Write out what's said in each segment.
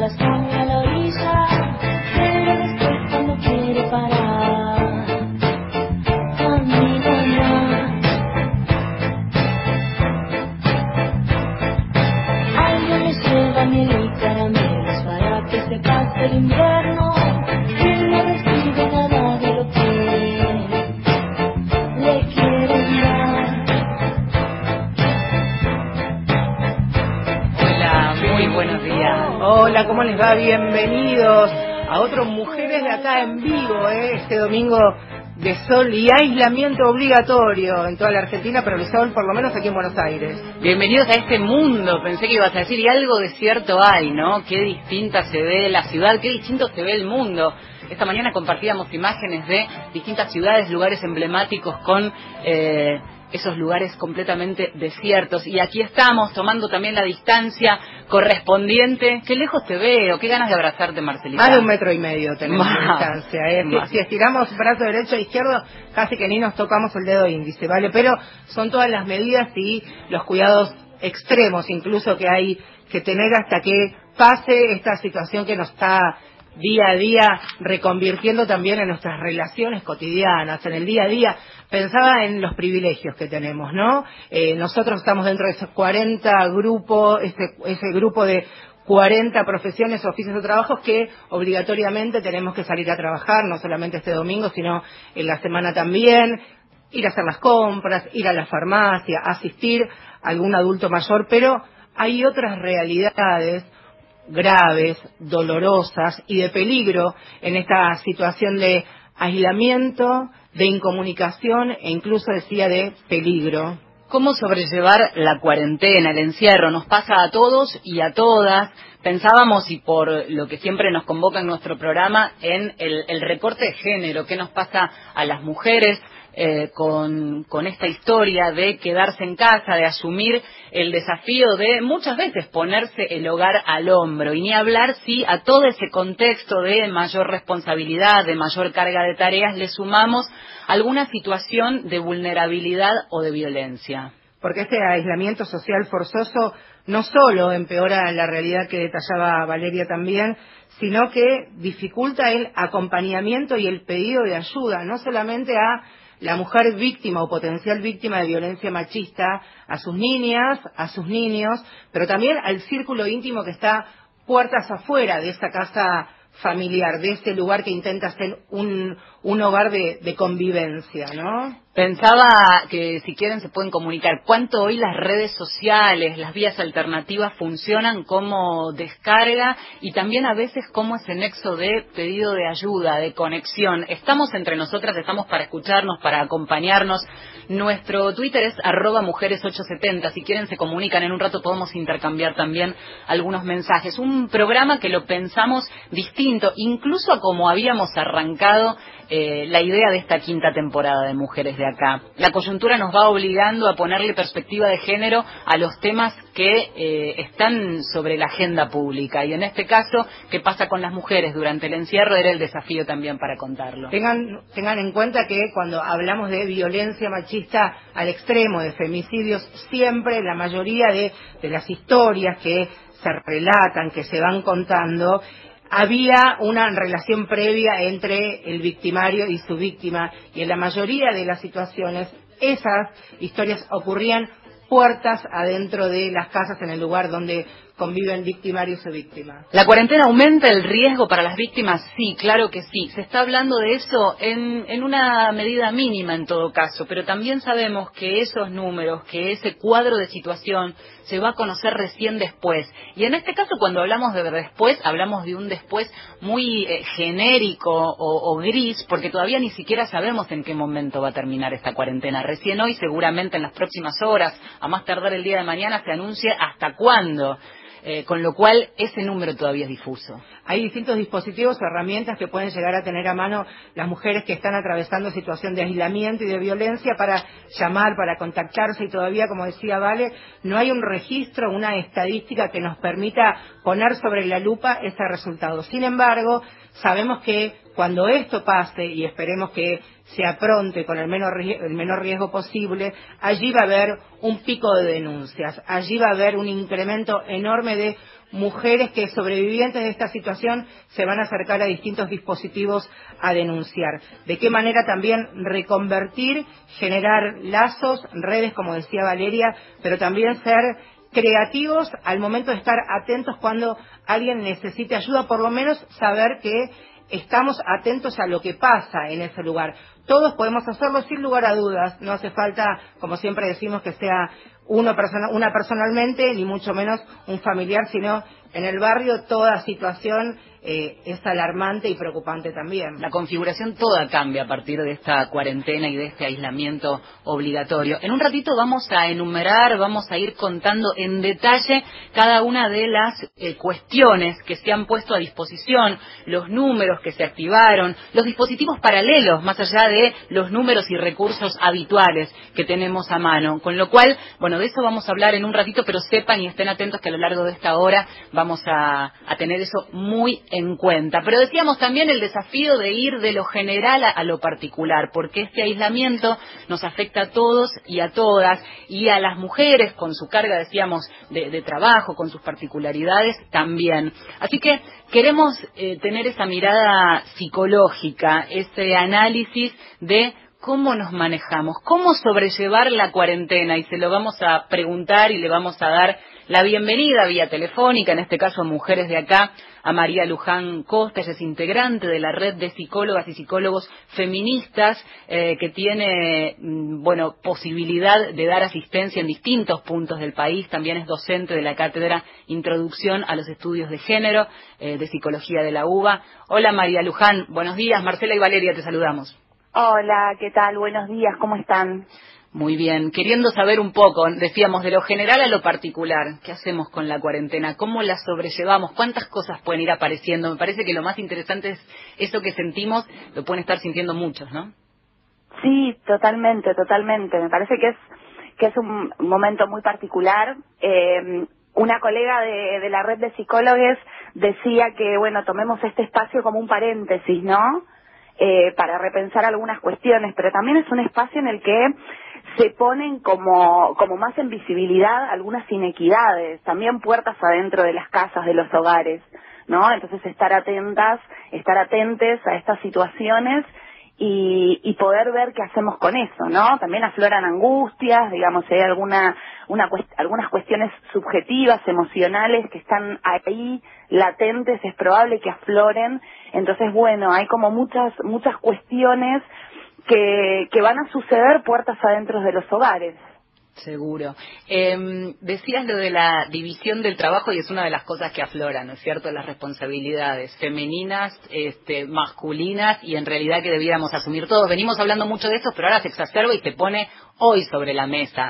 las pone a la orilla, pero después cuando quiere parar, camina más. Alguien le lleva miel y caramelos para que se pase el invierno y no recibe nada de lo que le quieren dar. Hola, muy buenos días. Hola, ¿cómo les va? Bienvenidos a otro Mujeres de Acá en vivo, este domingo de sol y aislamiento obligatorio en toda la Argentina, pero el sol por lo menos aquí en Buenos Aires. Bienvenidos a este mundo, pensé que ibas a decir, y algo de cierto hay, ¿no? Qué distinta se ve la ciudad, qué distinto se ve el mundo. Esta mañana compartíamos imágenes de distintas ciudades, lugares emblemáticos con esos lugares completamente desiertos. Y aquí estamos tomando también la distancia correspondiente. Qué lejos te veo, qué ganas de abrazarte, Marcelita. Más de 1,5 metros tenemos de distancia. Si estiramos brazo derecho e izquierdo, casi que ni nos tocamos el dedo índice, ¿vale? Pero son todas las medidas y los cuidados extremos incluso que hay que tener hasta que pase esta situación que nos está día a día reconvirtiendo también en nuestras relaciones cotidianas, en el día a día. Pensaba en los privilegios que tenemos, ¿no? Nosotros estamos dentro de esos 40 grupos, ese grupo de 40 profesiones, oficios o trabajos que obligatoriamente tenemos que salir a trabajar, no solamente este domingo, sino en la semana también, ir a hacer las compras, ir a la farmacia, asistir a algún adulto mayor, pero hay otras realidades graves, dolorosas y de peligro en esta situación de aislamiento, de incomunicación e incluso decía de peligro. ¿Cómo sobrellevar la cuarentena, el encierro? Nos pasa a todos y a todas. Pensábamos, y por lo que siempre nos convoca en nuestro programa, en el recorte de género, qué nos pasa a las mujeres con esta historia de quedarse en casa, de asumir el desafío de muchas veces ponerse el hogar al hombro, y ni hablar si a todo ese contexto de mayor responsabilidad, de mayor carga de tareas, le sumamos alguna situación de vulnerabilidad o de violencia. Porque este aislamiento social forzoso no solo empeora la realidad que detallaba Valeria también, sino que dificulta el acompañamiento y el pedido de ayuda, no solamente a la mujer víctima o potencial víctima de violencia machista, a sus niñas, a sus niños, pero también al círculo íntimo que está puertas afuera de esa casa familiar, de ese lugar que intenta ser un hogar de convivencia, ¿no? Pensaba que si quieren se pueden comunicar. ¿Cuánto hoy las redes sociales, las vías alternativas funcionan como descarga y también a veces como ese nexo de pedido de ayuda, de conexión? Estamos entre nosotras, estamos para escucharnos, para acompañarnos. Nuestro Twitter es @mujeres870. Si quieren se comunican, en un rato podemos intercambiar también algunos mensajes. Un programa que lo pensamos distinto, incluso a como habíamos arrancado la idea de esta quinta temporada de Mujeres de Acá. La coyuntura nos va obligando a ponerle perspectiva de género a los temas que están sobre la agenda pública, y en este caso, ¿qué pasa con las mujeres durante el encierro? Era el desafío también para contarlo. Tengan en cuenta que cuando hablamos de violencia machista al extremo, de femicidios, siempre la mayoría de las historias que se relatan, que se van contando, había una relación previa entre el victimario y su víctima, y en la mayoría de las situaciones esas historias ocurrían puertas adentro de las casas, en el lugar donde conviven victimario y su víctima. ¿La cuarentena aumenta el riesgo para las víctimas? Sí, claro que sí. Se está hablando de eso en una medida mínima en todo caso, pero también sabemos que esos números, que ese cuadro de situación se va a conocer recién después. Y en este caso, cuando hablamos de después, hablamos de un después muy genérico o gris, porque todavía ni siquiera sabemos en qué momento va a terminar esta cuarentena. Recién hoy, seguramente en las próximas horas, a más tardar el día de mañana, se anuncia hasta cuándo. Con lo cual ese número todavía es difuso. Hay distintos dispositivos o herramientas que pueden llegar a tener a mano las mujeres que están atravesando situación de aislamiento y de violencia para llamar, para contactarse, y todavía, como decía Vale, no hay un registro, una estadística que nos permita poner sobre la lupa ese resultado. Sin embargo, sabemos que cuando esto pase, y esperemos que sea pronto y con el menor riesgo posible, allí va a haber un pico de denuncias, allí va a haber un incremento enorme de mujeres que, sobrevivientes de esta situación, se van a acercar a distintos dispositivos a denunciar. De qué manera también reconvertir, generar lazos, redes, como decía Valeria, pero también ser creativos al momento de estar atentos cuando alguien necesite ayuda, por lo menos saber que estamos atentos a lo que pasa en ese lugar. Todos podemos hacerlo sin lugar a dudas, no hace falta, como siempre decimos, que sea una personalmente, ni mucho menos un familiar, sino en el barrio toda situación es alarmante y preocupante también. La configuración toda cambia a partir de esta cuarentena y de este aislamiento obligatorio. En un ratito vamos a enumerar, vamos a ir contando en detalle cada una de las cuestiones que se han puesto a disposición, los números que se activaron, los dispositivos paralelos, más allá de los números y recursos habituales que tenemos a mano. Con lo cual, bueno, de eso vamos a hablar en un ratito, pero sepan y estén atentos que a lo largo de esta hora vamos a tener eso muy en cuenta. Pero decíamos también el desafío de ir de lo general a lo particular, porque este aislamiento nos afecta a todos y a todas, y a las mujeres con su carga, decíamos, de trabajo, con sus particularidades también. Así que queremos tener esa mirada psicológica, ese análisis de cómo nos manejamos, cómo sobrellevar la cuarentena, y se lo vamos a preguntar y le vamos a dar la bienvenida vía telefónica, en este caso a Mujeres de Acá, a María Luján Costa. Ella es integrante de la red de psicólogas y psicólogos feministas que tiene, posibilidad de dar asistencia en distintos puntos del país. También es docente de la cátedra Introducción a los Estudios de Género de Psicología de la UBA. Hola María Luján, buenos días. Marcela y Valeria te saludamos. Hola, ¿qué tal? Buenos días, ¿cómo están? Muy bien, queriendo saber un poco, decíamos, de lo general a lo particular, ¿qué hacemos con la cuarentena? ¿Cómo la sobrellevamos? ¿Cuántas cosas pueden ir apareciendo? Me parece que lo más interesante es eso que sentimos, lo pueden estar sintiendo muchos, ¿no? Sí, totalmente. Me parece que es un momento muy particular. Una colega de la red de psicólogos decía que, tomemos este espacio como un paréntesis, ¿no? Para repensar algunas cuestiones, pero también es un espacio en el que se ponen como más en visibilidad algunas inequidades, también puertas adentro de las casas, de los hogares, ¿no? Entonces estar atentes a estas situaciones y poder ver qué hacemos con eso, ¿no? También afloran angustias, digamos, hay algunas cuestiones subjetivas, emocionales que están ahí latentes, es probable que afloren. Entonces, hay como muchas cuestiones que van a suceder puertas adentro de los hogares. Seguro. Decías lo de la división del trabajo y es una de las cosas que afloran, ¿no es cierto? Las responsabilidades femeninas, masculinas, y en realidad que debiéramos asumir todos. Venimos hablando mucho de esto, pero ahora se exacerba y se pone hoy sobre la mesa.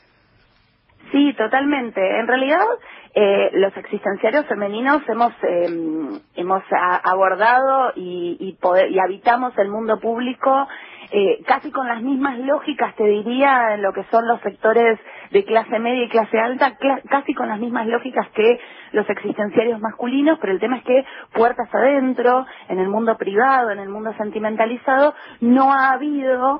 Sí, totalmente. En realidad, los existenciarios femeninos hemos abordado y habitamos el mundo público casi con las mismas lógicas, te diría, en lo que son los sectores de clase media y clase alta, casi con las mismas lógicas que los existenciarios masculinos, pero el tema es que puertas adentro, en el mundo privado, en el mundo sentimentalizado, no ha habido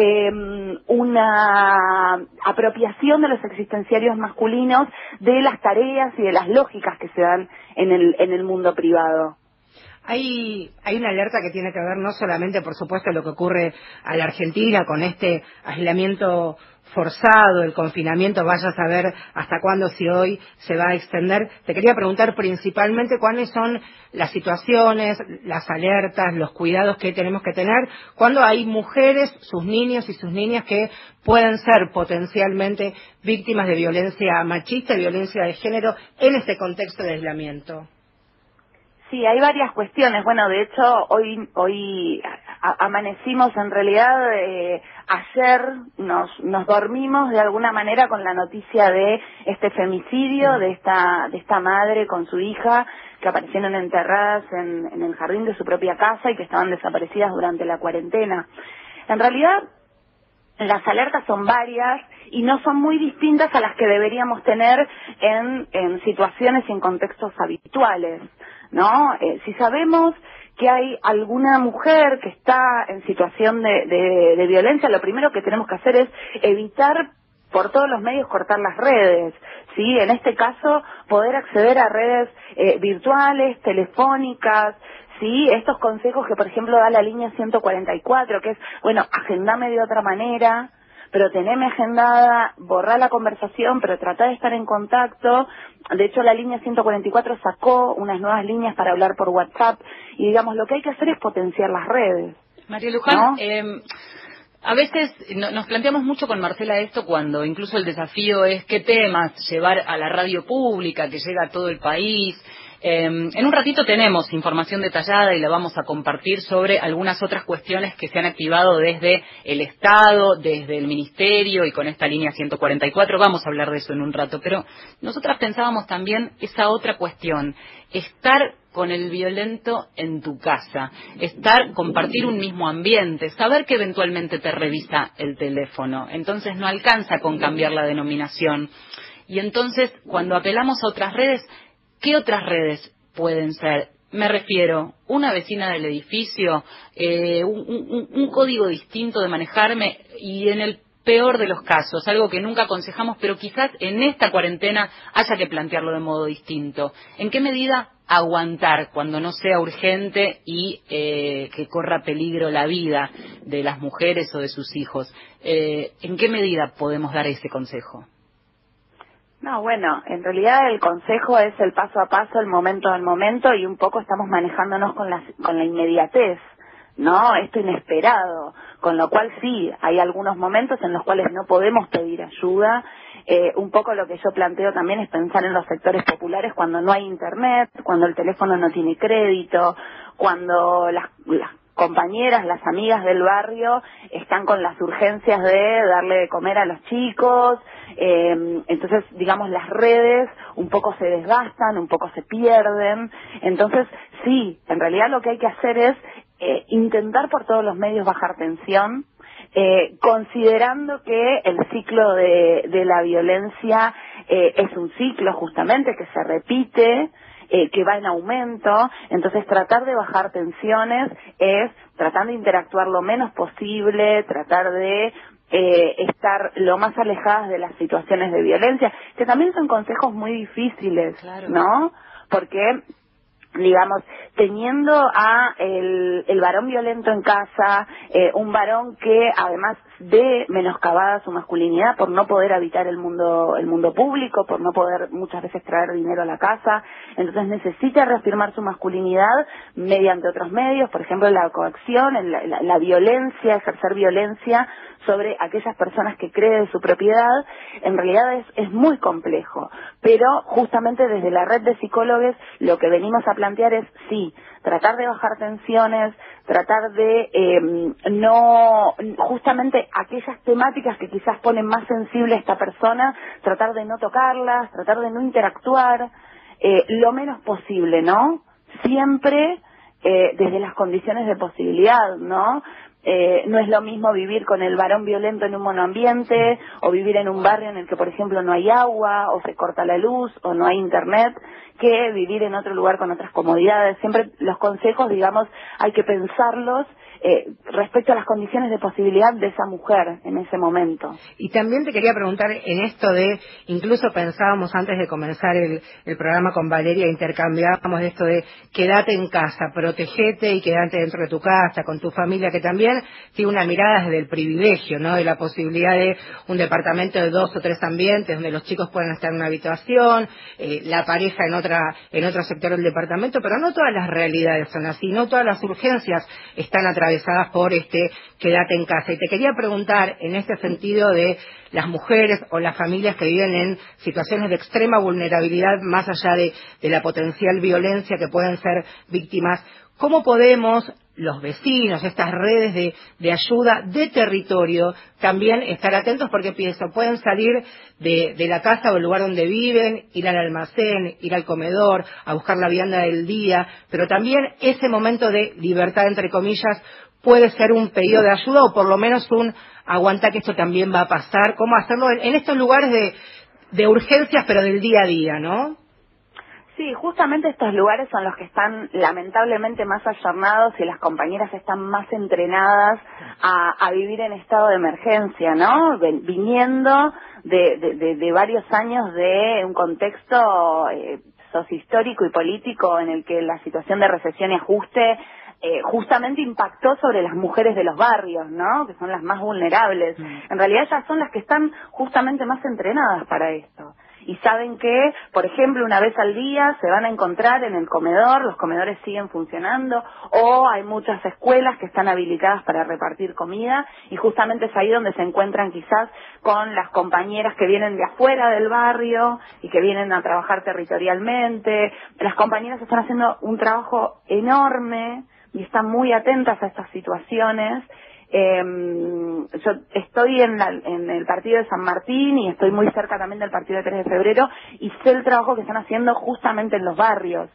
una apropiación de los existenciarios masculinos de las tareas y de las lógicas que se dan en el mundo privado. Hay una alerta que tiene que ver no solamente, por supuesto, lo que ocurre a la Argentina con este aislamiento forzado, el confinamiento, vaya a saber hasta cuándo, si hoy se va a extender. Te quería preguntar principalmente cuáles son las situaciones, las alertas, los cuidados que tenemos que tener cuando hay mujeres, sus niños y sus niñas que pueden ser potencialmente víctimas de violencia machista y violencia de género en este contexto de aislamiento. Sí, hay varias cuestiones. De hecho, hoy amanecimos, en realidad, ayer nos dormimos de alguna manera con la noticia de este femicidio, de esta madre con su hija, que aparecieron enterradas en el jardín de su propia casa y que estaban desaparecidas durante la cuarentena. En realidad, las alertas son varias y no son muy distintas a las que deberíamos tener en situaciones y en contextos habituales, ¿no? Si sabemos que hay alguna mujer que está en situación de violencia, lo primero que tenemos que hacer es evitar por todos los medios cortar las redes, ¿sí? En este caso, poder acceder a redes virtuales, telefónicas, ¿sí? Estos consejos que, por ejemplo, da la línea 144, que es, bueno, agendame de otra manera, pero teneme agendada, borrar la conversación, pero tratar de estar en contacto. De hecho, la línea 144 sacó unas nuevas líneas para hablar por WhatsApp, y digamos, lo que hay que hacer es potenciar las redes. María Luján, ¿no? A veces nos planteamos mucho con Marcela esto cuando incluso el desafío es qué temas llevar a la radio pública que llega a todo el país. En un ratito tenemos información detallada y la vamos a compartir sobre algunas otras cuestiones que se han activado desde el Estado, desde el Ministerio y con esta línea 144. Vamos a hablar de eso en un rato, pero nosotras pensábamos también esa otra cuestión, estar con el violento en tu casa, compartir un mismo ambiente, saber que eventualmente te revisa el teléfono, entonces no alcanza con cambiar la denominación. Y entonces, cuando apelamos a otras redes, ¿qué otras redes pueden ser? Me refiero, una vecina del edificio, un código distinto de manejarme, y en el peor de los casos, algo que nunca aconsejamos, pero quizás en esta cuarentena haya que plantearlo de modo distinto. ¿En qué medida aguantar cuando no sea urgente y que corra peligro la vida de las mujeres o de sus hijos? ¿En qué medida podemos dar ese consejo? No, bueno, en realidad el consejo es el paso a paso, el momento al momento, y un poco estamos manejándonos con la inmediatez, ¿no? Esto inesperado, con lo cual sí, hay algunos momentos en los cuales no podemos pedir ayuda. Un poco lo que yo planteo también es pensar en los sectores populares cuando no hay internet, cuando el teléfono no tiene crédito, cuando las compañeras, las amigas del barrio están con las urgencias de darle de comer a los chicos, entonces digamos las redes un poco se desgastan, un poco se pierden. Entonces sí, en realidad lo que hay que hacer es intentar por todos los medios bajar tensión, considerando que el ciclo de la violencia es un ciclo justamente que se repite, que va en aumento. Entonces tratar de bajar tensiones es tratar de interactuar lo menos posible, tratar de estar lo más alejadas de las situaciones de violencia, que también son consejos muy difíciles, claro, ¿no? Porque digamos, teniendo a el varón violento en casa, un varón que además ve menoscabada su masculinidad por no poder habitar el mundo público, por no poder muchas veces traer dinero a la casa, entonces necesita reafirmar su masculinidad mediante otros medios, por ejemplo la coacción, la violencia, ejercer violencia sobre aquellas personas que creen su propiedad. En realidad es muy complejo, pero justamente desde la red de psicólogos lo que venimos a plantear es, sí, tratar de bajar tensiones, tratar de justamente aquellas temáticas que quizás ponen más sensible a esta persona, tratar de no tocarlas, tratar de no interactuar lo menos posible, ¿no? Siempre desde las condiciones de posibilidad, ¿no? No es lo mismo vivir con el varón violento en un monoambiente, o vivir en un barrio en el que, por ejemplo, no hay agua, o se corta la luz, o no hay internet, que vivir en otro lugar con otras comodidades. Siempre los consejos, digamos, hay que pensarlos respecto a las condiciones de posibilidad de esa mujer en ese momento. Y también te quería preguntar en esto de, incluso pensábamos antes de comenzar el programa con Valeria, intercambiábamos de esto de quédate en casa, protegete y quédate dentro de tu casa, con tu familia, que también tiene una mirada desde el privilegio, ¿no? De la posibilidad de un departamento de 2 o 3 ambientes donde los chicos puedan estar en una habitación, la pareja en otro sector del departamento, pero no todas las realidades son así, no todas las urgencias están atravesadas por quédate en casa. Y te quería preguntar en este sentido de las mujeres o las familias que viven en situaciones de extrema vulnerabilidad, más allá de la potencial violencia que pueden ser víctimas, ¿cómo podemos los vecinos, estas redes de ayuda de territorio, también estar atentos? Porque pienso, pueden salir de la casa o el lugar donde viven, ir al almacén, ir al comedor, a buscar la vianda del día, pero también ese momento de libertad, entre comillas, puede ser un pedido de ayuda, o por lo menos un aguanta que esto también va a pasar. ¿Cómo hacerlo en estos lugares de urgencias, pero del día a día, no? Sí, justamente estos lugares son los que están lamentablemente más ayornados y las compañeras están más entrenadas a vivir en estado de emergencia, ¿no? Viniendo de varios años de un contexto sociohistórico y político en el que la situación de recesión y ajuste justamente impactó sobre las mujeres de los barrios, ¿no? Que son las más vulnerables. En realidad ellas son las que están justamente más entrenadas para esto. Y saben que, por ejemplo, una vez al día se van a encontrar en el comedor, los comedores siguen funcionando, o hay muchas escuelas que están habilitadas para repartir comida, y justamente es ahí donde se encuentran quizás con las compañeras que vienen de afuera del barrio y que vienen a trabajar territorialmente. Las compañeras están haciendo un trabajo enorme y están muy atentas a estas situaciones. Yo estoy en el partido de San Martín y estoy muy cerca también del partido de 3 de febrero y sé el trabajo que están haciendo justamente en los barrios.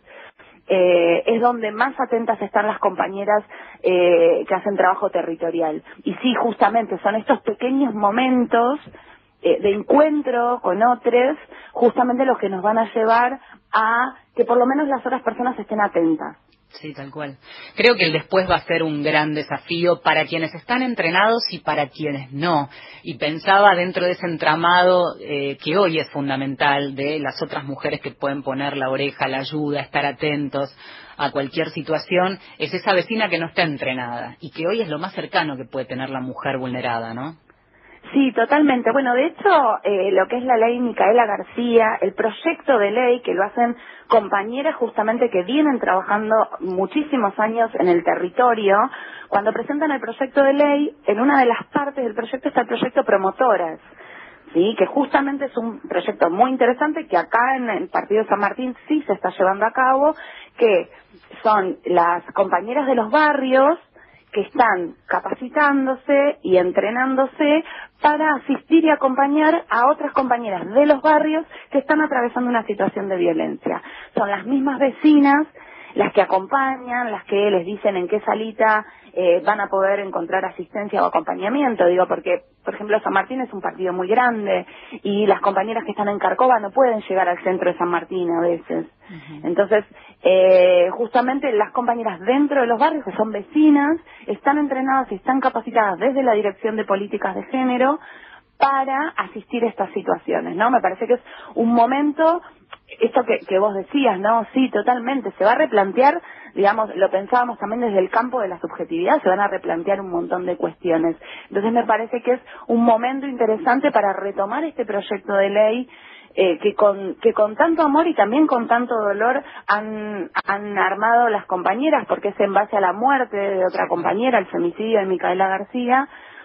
Es donde más atentas están las compañeras que hacen trabajo territorial. Y sí, justamente son estos pequeños momentos de encuentro con otros, justamente los que nos van a llevar a que por lo menos las otras personas estén atentas. Sí, tal cual. Creo que el después va a ser un gran desafío para quienes están entrenados y para quienes no. Y pensaba dentro de ese entramado que hoy es fundamental de las otras mujeres que pueden poner la oreja, la ayuda, estar atentos a cualquier situación, es esa vecina que no está entrenada y que hoy es lo más cercano que puede tener la mujer vulnerada, ¿no? Sí, totalmente. Bueno, de hecho, lo que es la ley Micaela García, el proyecto de ley que lo hacen compañeras justamente que vienen trabajando muchísimos años en el territorio, cuando presentan el proyecto de ley, en una de las partes del proyecto está el proyecto Promotoras, ¿sí? Que justamente es un proyecto muy interesante que acá en el partido de San Martín sí se está llevando a cabo, que son las compañeras de los barrios que están capacitándose y entrenándose para asistir y acompañar a otras compañeras de los barrios que están atravesando una situación de violencia. Son las mismas vecinas las que acompañan, las que les dicen en qué salita van a poder encontrar asistencia o acompañamiento. Digo, porque, por ejemplo, San Martín es un partido muy grande y las compañeras que están en Carcova no pueden llegar al centro de San Martín a veces. Entonces, justamente las compañeras dentro de los barrios, que son vecinas, están entrenadas y están capacitadas desde la Dirección de Políticas de Género para asistir a estas situaciones, ¿no? Me parece que es un momento, esto que vos decías, ¿no? Sí, totalmente, se va a replantear, digamos, lo pensábamos también desde el campo de la subjetividad, se van a replantear un montón de cuestiones. Entonces me parece que es un momento interesante para retomar este proyecto de ley que con tanto amor y también con tanto dolor han armado las compañeras, porque es en base a la muerte de otra compañera, el femicidio de Micaela García,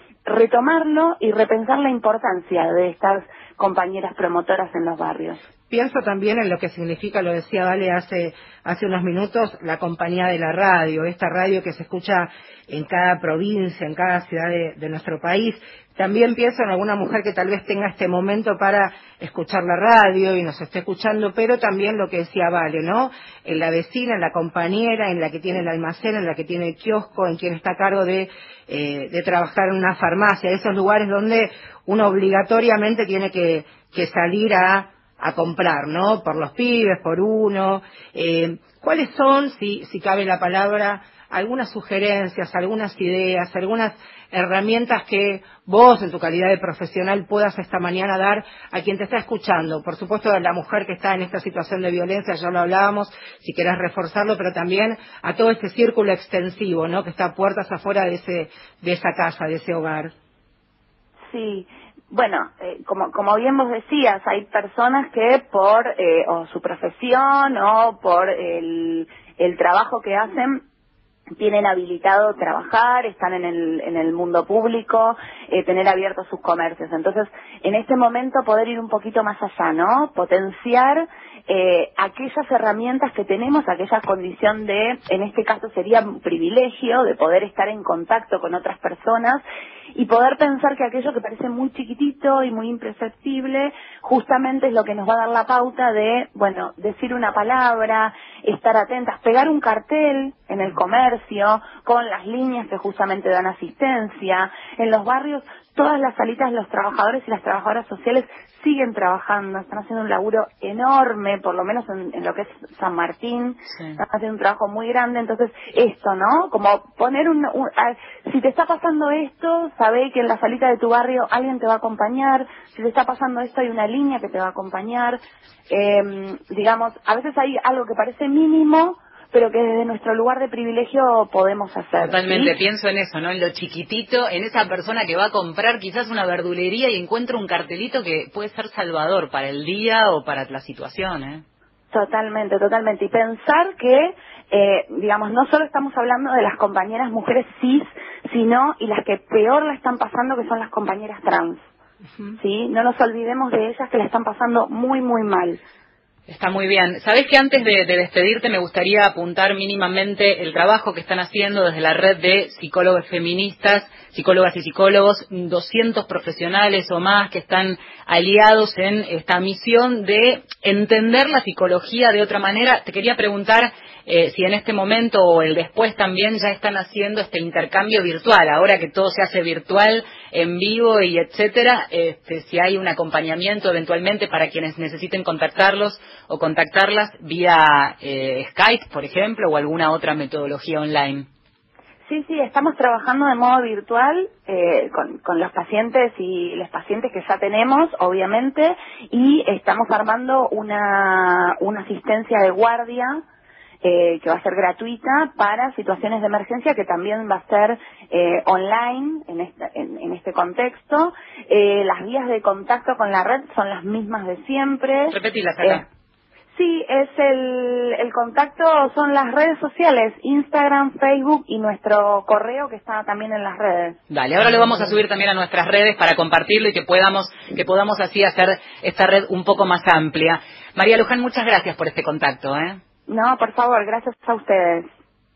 retomarlo y repensar la importancia de estas compañeras promotoras en los barrios. Pienso también en lo que significa, lo decía Vale hace unos minutos, la compañía de la radio, esta radio que se escucha en cada provincia, en cada ciudad de nuestro país. También pienso en alguna mujer que tal vez tenga este momento para escuchar la radio y nos esté escuchando, pero también lo que decía Vale, ¿no? En la vecina, en la compañera, en la que tiene el almacén, en la que tiene el kiosco, en quien está a cargo de trabajar en una farmacia, esos lugares donde uno obligatoriamente tiene que salir a comprar, ¿no? Por los pibes, por uno. ¿Cuáles son, si cabe la palabra, algunas sugerencias, algunas ideas, algunas herramientas que vos, en tu calidad de profesional, puedas esta mañana dar a quien te está escuchando? Por supuesto, a la mujer que está en esta situación de violencia, ya lo hablábamos, si querés reforzarlo, pero también a todo este círculo extensivo, ¿no? Que está puertas afuera de esa casa, de ese hogar. Sí. Bueno, como bien vos decías, hay personas que por o su profesión o por el trabajo que hacen tienen habilitado trabajar, están en el mundo público, tener abiertos sus comercios. Entonces, en este momento poder ir un poquito más allá, ¿no? Potenciar aquellas herramientas que tenemos, aquella condición de, en este caso sería un privilegio, de poder estar en contacto con otras personas y poder pensar que aquello que parece muy chiquitito y muy imperceptible, justamente es lo que nos va a dar la pauta de, bueno, decir una palabra, estar atentas, pegar un cartel, en el comercio, con las líneas que justamente dan asistencia. En los barrios, todas las salitas, los trabajadores y las trabajadoras sociales siguen trabajando, están haciendo un laburo enorme, por lo menos en lo que es San Martín, están haciendo un trabajo muy grande. Entonces, esto, ¿no? Como poner si te está pasando esto, sabé que en la salita de tu barrio alguien te va a acompañar. Si te está pasando esto, hay una línea que te va a acompañar. Digamos, a veces hay algo que parece mínimo, pero que desde nuestro lugar de privilegio podemos hacer. Totalmente, ¿sí? pienso en eso, ¿no? En lo chiquitito, en esa persona que va a comprar quizás una verdulería y encuentra un cartelito que puede ser salvador para el día o para la situación, ¿eh? Totalmente, totalmente. Y pensar que, digamos, no solo estamos hablando de las compañeras mujeres cis, sino y las que peor la están pasando, que son las compañeras trans. ¿Sí? No nos olvidemos de ellas, que la están pasando muy, muy mal. Está muy bien. Sabés que antes de despedirte me gustaría apuntar mínimamente el trabajo que están haciendo desde la red de psicólogas feministas, psicólogas y psicólogos, 200 profesionales o más que están aliados en esta misión de entender la psicología de otra manera. Te quería preguntar si en este momento o el después también ya están haciendo este intercambio virtual, ahora que todo se hace virtual, en vivo y etcétera, si hay un acompañamiento eventualmente para quienes necesiten contactarlos o contactarlas vía Skype, por ejemplo, o alguna otra metodología online. Sí, estamos trabajando de modo virtual con los pacientes y las pacientes que ya tenemos, obviamente, y estamos armando una asistencia de guardia que va a ser gratuita para situaciones de emergencia, que también va a ser online en este contexto. Las vías de contacto con la red son las mismas de siempre. Repetilas acá. Sí, es el contacto, son las redes sociales, Instagram, Facebook y nuestro correo que está también en las redes. Dale, ahora lo vamos a subir también a nuestras redes para compartirlo y que podamos así hacer esta red un poco más amplia. María Luján, muchas gracias por este contacto, ¿eh? No, por favor, gracias a ustedes.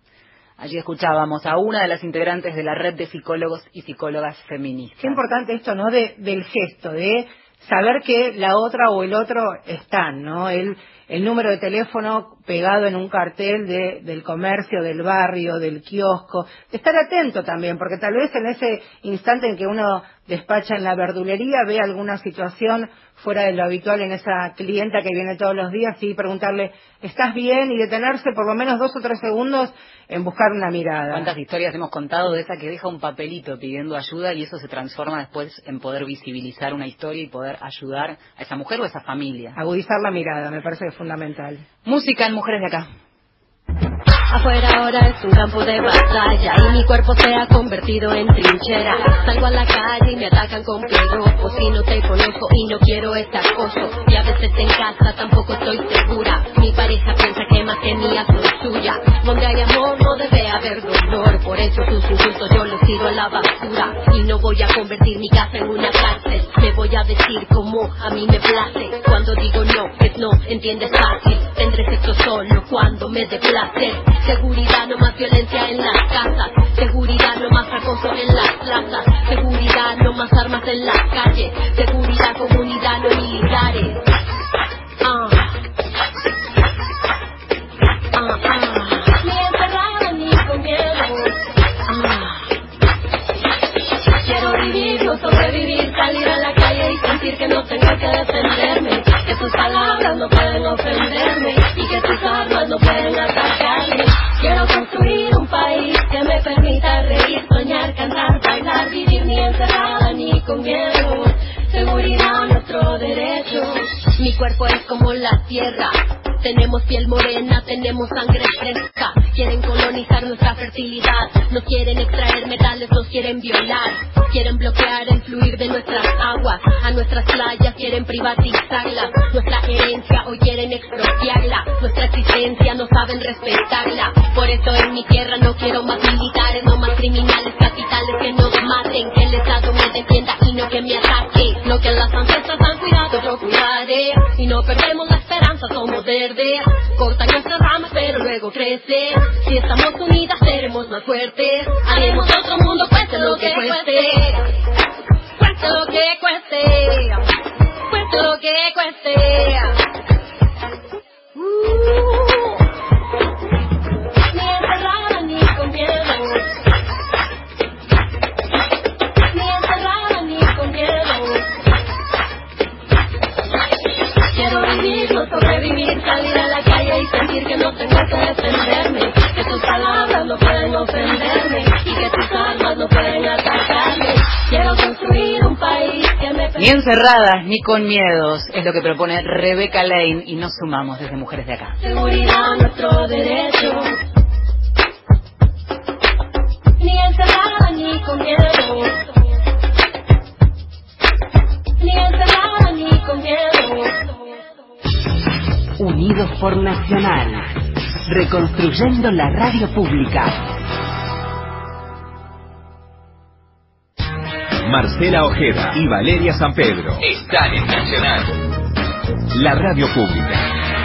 Allí escuchábamos a una de las integrantes de la red de psicólogos y psicólogas feministas. Qué importante esto, ¿no? Del gesto, de saber que la otra o el otro están, ¿no? El número de teléfono pegado en un cartel del comercio, del barrio, del kiosco. De estar atento también, porque tal vez en ese instante en que uno despacha en la verdulería ve alguna situación fuera de lo habitual en esa clienta que viene todos los días y preguntarle, ¿estás bien? Y detenerse por lo menos 2 o 3 segundos en buscar una mirada. ¿Cuántas historias hemos contado de esa que deja un papelito pidiendo ayuda y eso se transforma después en poder visibilizar una historia y poder ayudar a esa mujer o a esa familia? Agudizar la mirada, me parece fundamental. Música en Mujeres de Acá. Afuera ahora es un campo de batalla y mi cuerpo se ha convertido en trinchera. Salgo a la calle y me atacan con piropos y no te conozco y no quiero este acoso. Y a veces en casa tampoco estoy segura. Mi pareja piensa que más que mía soy suya. Donde hay amor no debe haber dolor. Por eso sus insultos yo los tiro a la basura. Y no voy a convertir mi casa en una cárcel. Me voy a decir como a mí me place. Cuando digo no, es no, entiendes fácil. Tendré sexo solo cuando me dé placer. Seguridad, no más violencia en las casas. Seguridad, no más acoso en las plazas. Seguridad, no más armas en las calles. Seguridad, comunidad, no militares. Ni encerrada ni con miedo. Quiero vivir, no sobrevivir, salir a la calle y sentir que no tengo que defenderme. Que tus palabras no pueden ofenderme y que tus armas no pueden atacarme. Quiero construir un país que me permita reír, soñar, cantar, bailar, vivir ni encerrada ni con miedo. Seguridad, nuestro derecho. Mi cuerpo es como la tierra. Tenemos piel morena, tenemos sangre fresca. Quieren colonizar nuestra fertilidad. Nos quieren extraer metales, nos quieren violar. Quieren bloquear el fluir de nuestras aguas. A nuestras playas quieren privatizarlas. Nuestra herencia hoy quieren expropiarla. Nuestra existencia no saben respetarla. Por eso en mi tierra no quiero más militares, no más criminales capitales que nos maten. Que el Estado me defienda y no que me ataque. Lo que las ancestras han cuidado yo cuidaré. Y no perdemos la esperanza, somos verdes. Cortan nuestras ramas pero luego crece. Si estamos unidas seremos más fuertes. Haremos otro mundo, cueste lo que cueste. Cueste lo que cueste. Cueste lo que cueste. Ni encerrada ofenderme y que tus armas no pueden atacarme. Quiero construir un país que me... Ni encerradas ni con miedos es lo que propone Rebeca Lane y nos sumamos desde Mujeres de Acá. Seguridad, nuestro derecho. Ni encerrada ni con miedo. Ni encerrada ni con miedo. Unidos por Nacional, reconstruyendo la radio pública. Marcela Ojeda y Valeria San Pedro están en Nacional, la radio pública.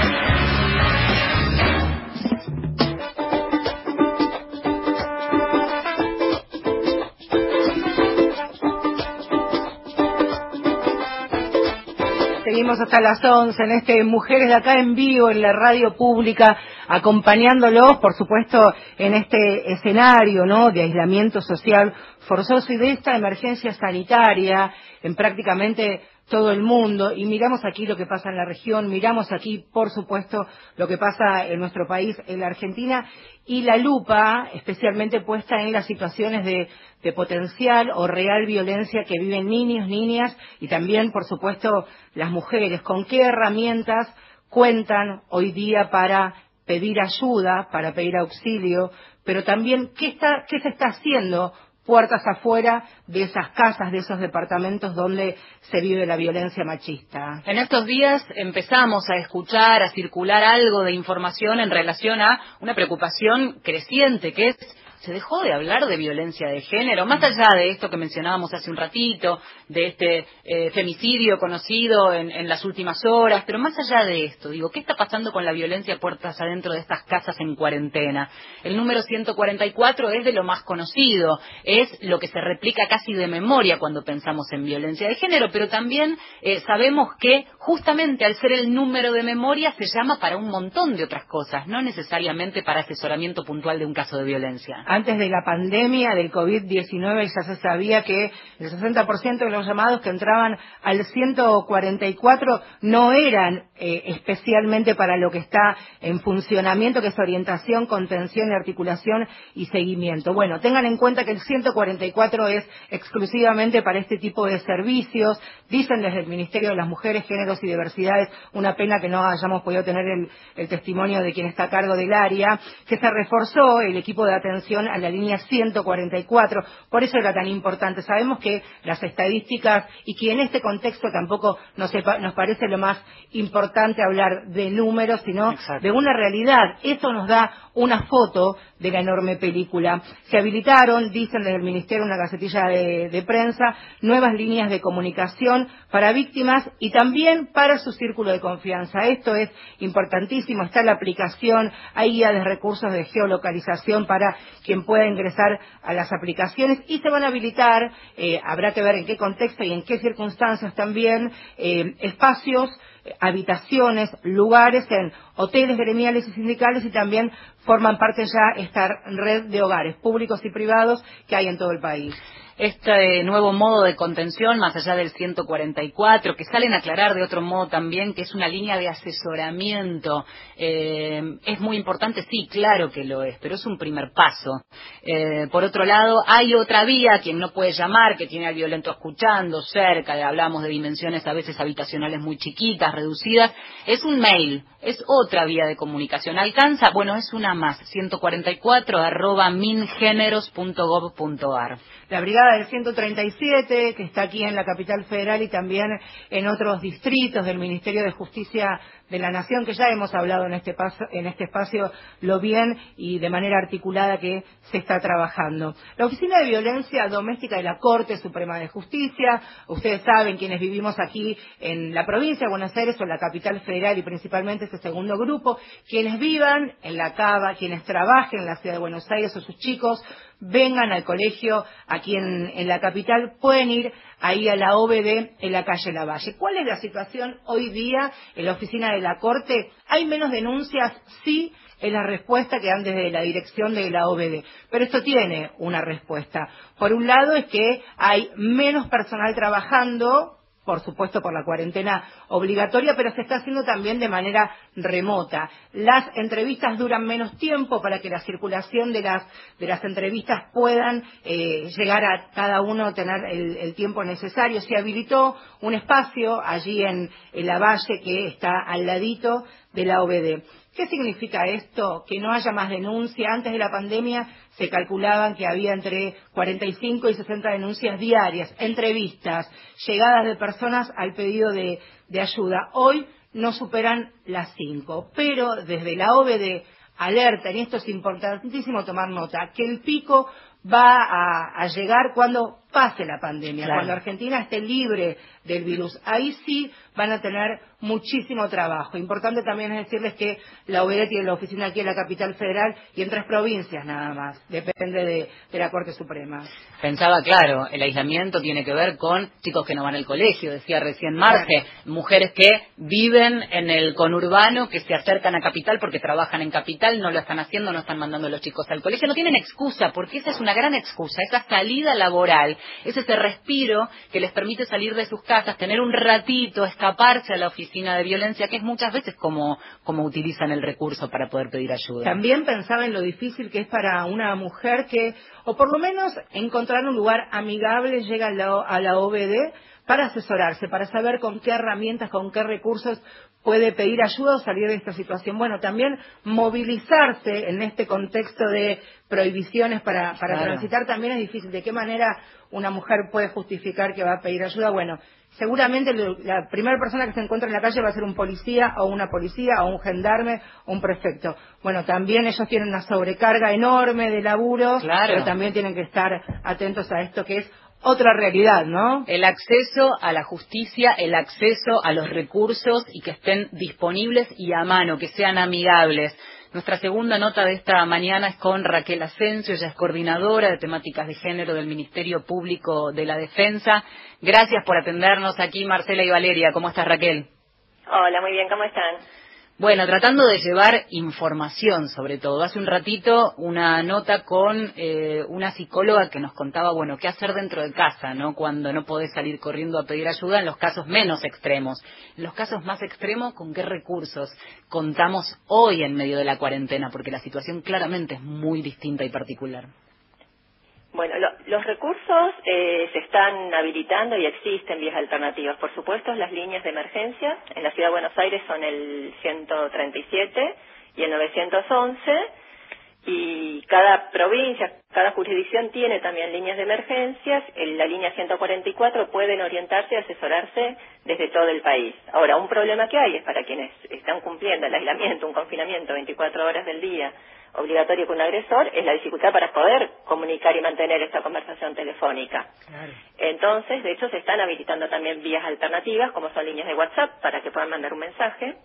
Seguimos hasta las 11 en este Mujeres de Acá en vivo en la radio pública, acompañándolos, por supuesto, en este escenario, ¿no?, de aislamiento social forzoso y de esta emergencia sanitaria en prácticamente todo el mundo. Y miramos aquí lo que pasa en la región, miramos aquí, por supuesto, lo que pasa en nuestro país, en la Argentina, y la lupa especialmente puesta en las situaciones de potencial o real violencia que viven niños, niñas y también, por supuesto, las mujeres. ¿Con qué herramientas cuentan hoy día para pedir ayuda, para pedir auxilio? Pero también, ¿qué se está haciendo puertas afuera de esas casas, de esos departamentos donde se vive la violencia machista? En estos días empezamos a escuchar, a circular algo de información en relación a una preocupación creciente, que es: se dejó de hablar de violencia de género, más allá de esto que mencionábamos hace un ratito, de este femicidio conocido en las últimas horas, pero más allá de esto, digo, ¿qué está pasando con la violencia puertas adentro de estas casas en cuarentena? El número 144 es de lo más conocido, es lo que se replica casi de memoria cuando pensamos en violencia de género, pero también sabemos que justamente al ser el número de memoria se llama para un montón de otras cosas, no necesariamente para asesoramiento puntual de un caso de violencia. Antes de la pandemia del COVID-19 ya se sabía que el 60% de los llamados que entraban al 144 no eran especialmente para lo que está en funcionamiento, que es orientación, contención y articulación y seguimiento. Bueno, tengan en cuenta que el 144 es exclusivamente para este tipo de servicios. Dicen desde el Ministerio de las Mujeres, Géneros y Diversidades, una pena que no hayamos podido tener el testimonio de quien está a cargo del área, que se reforzó el equipo de atención a la línea 144, por eso era tan importante. Sabemos que las estadísticas, y que en este contexto tampoco nos parece lo más importante hablar de números, sino Exacto, de una realidad. Eso nos da una foto de la enorme película. Se habilitaron, dicen desde el Ministerio, una gacetilla de prensa, nuevas líneas de comunicación para víctimas y también para su círculo de confianza. Esto es importantísimo. Está la aplicación, hay guía de recursos de geolocalización para quien pueda ingresar a las aplicaciones, y se van a habilitar, habrá que ver en qué contexto y en qué circunstancias también, espacios, habitaciones, lugares en hoteles gremiales y sindicales, y también forman parte ya esta red de hogares públicos y privados que hay en todo el país. Este nuevo modo de contención, más allá del 144, que salen a aclarar de otro modo también, que es una línea de asesoramiento, es muy importante, sí, claro que lo es, pero es un primer paso. Por otro lado, hay otra vía, quien no puede llamar, que tiene al violento escuchando cerca, hablamos de dimensiones a veces habitacionales muy chiquitas, reducidas, es un mail, es otra vía de comunicación. ¿Alcanza? Bueno, es una más, 144@mingeneros.gov.ar. La brigada del 137, que está aquí en la capital federal y también en otros distritos del Ministerio de Justicia de la Nación, que ya hemos hablado en este espacio lo bien y de manera articulada que se está trabajando. La Oficina de Violencia Doméstica de la Corte Suprema de Justicia, ustedes saben, quienes vivimos aquí en la provincia de Buenos Aires o en la capital federal y principalmente ese segundo grupo, quienes vivan en La Cava, quienes trabajen en la ciudad de Buenos Aires o sus chicos vengan al colegio aquí en la capital, pueden ir ahí a la OBD en la calle Lavalle. ¿Cuál es la situación hoy día en la oficina de la Corte? ¿Hay menos denuncias? Sí, es la respuesta que dan desde la dirección de la OBD. Pero esto tiene una respuesta. Por un lado es que hay menos personal trabajando por supuesto por la cuarentena obligatoria, pero se está haciendo también de manera remota. Las entrevistas duran menos tiempo para que la circulación de las entrevistas puedan llegar a cada uno, tener el tiempo necesario. Se habilitó un espacio allí en la Valle, que está al ladito de la OBD. ¿Qué significa esto? Que no haya más denuncia. Antes de la pandemia se calculaban que había entre 45 y 60 denuncias diarias, entrevistas, llegadas de personas al pedido de ayuda. Hoy no superan las 5, pero desde la OBD alertan, y esto es importantísimo tomar nota, que el pico va a llegar cuando pase la pandemia, claro, cuando Argentina esté libre del virus. Ahí sí van a tener muchísimo trabajo. Importante también es decirles que la OBD tiene la oficina aquí en la capital federal y en 3 provincias nada más, depende de la Corte Suprema. Pensaba, claro, el aislamiento tiene que ver con chicos que no van al colegio, decía recién Marce, claro, mujeres que viven en el conurbano, que se acercan a capital porque trabajan en capital, no lo están haciendo, no están mandando a los chicos al colegio, no tienen excusa, porque esa es una gran excusa, esa salida laboral, es ese respiro que les permite salir de sus casas, tener un ratito, escaparse a la oficina de violencia, que es muchas veces como utilizan el recurso para poder pedir ayuda. También pensaba en lo difícil que es para una mujer que, o por lo menos encontrar un lugar amigable, llega a la OBD para asesorarse, para saber con qué herramientas, con qué recursos puede pedir ayuda o salir de esta situación. Bueno, también movilizarse en este contexto de prohibiciones para claro, transitar también es difícil. ¿De qué manera una mujer puede justificar que va a pedir ayuda? Bueno, seguramente la primera persona que se encuentra en la calle va a ser un policía o un gendarme o un prefecto. Bueno, también ellos tienen una sobrecarga enorme de laburo, claro, pero también tienen que estar atentos a esto que es otra realidad, ¿no? El acceso a la justicia, el acceso a los recursos y que estén disponibles y a mano, que sean amigables. Nuestra segunda nota de esta mañana es con Raquel Asensio, ella es coordinadora de temáticas de género del Ministerio Público de la Defensa. Gracias por atendernos aquí, Marcela y Valeria. ¿Cómo estás, Raquel? Hola, muy bien, ¿cómo están? Bueno, tratando de llevar información sobre todo. Hace un ratito una nota con una psicóloga que nos contaba, bueno, qué hacer dentro de casa, ¿no? Cuando no podés salir corriendo a pedir ayuda en los casos menos extremos. En los casos más extremos, ¿con qué recursos contamos hoy en medio de la cuarentena? Porque la situación claramente es muy distinta y particular. Bueno, los recursos se están habilitando y existen vías alternativas. Por supuesto, las líneas de emergencia en la Ciudad de Buenos Aires son el 137 y el 911, y cada provincia, cada jurisdicción tiene también líneas de emergencias. En la línea 144 pueden orientarse y asesorarse desde todo el país. Ahora, un problema que hay es para quienes están cumpliendo el aislamiento, un confinamiento 24 horas del día, obligatorio con un agresor, es la dificultad para poder comunicar y mantener esta conversación telefónica. Claro. Entonces, de hecho, se están habilitando también vías alternativas, como son líneas de WhatsApp, para que puedan mandar un mensaje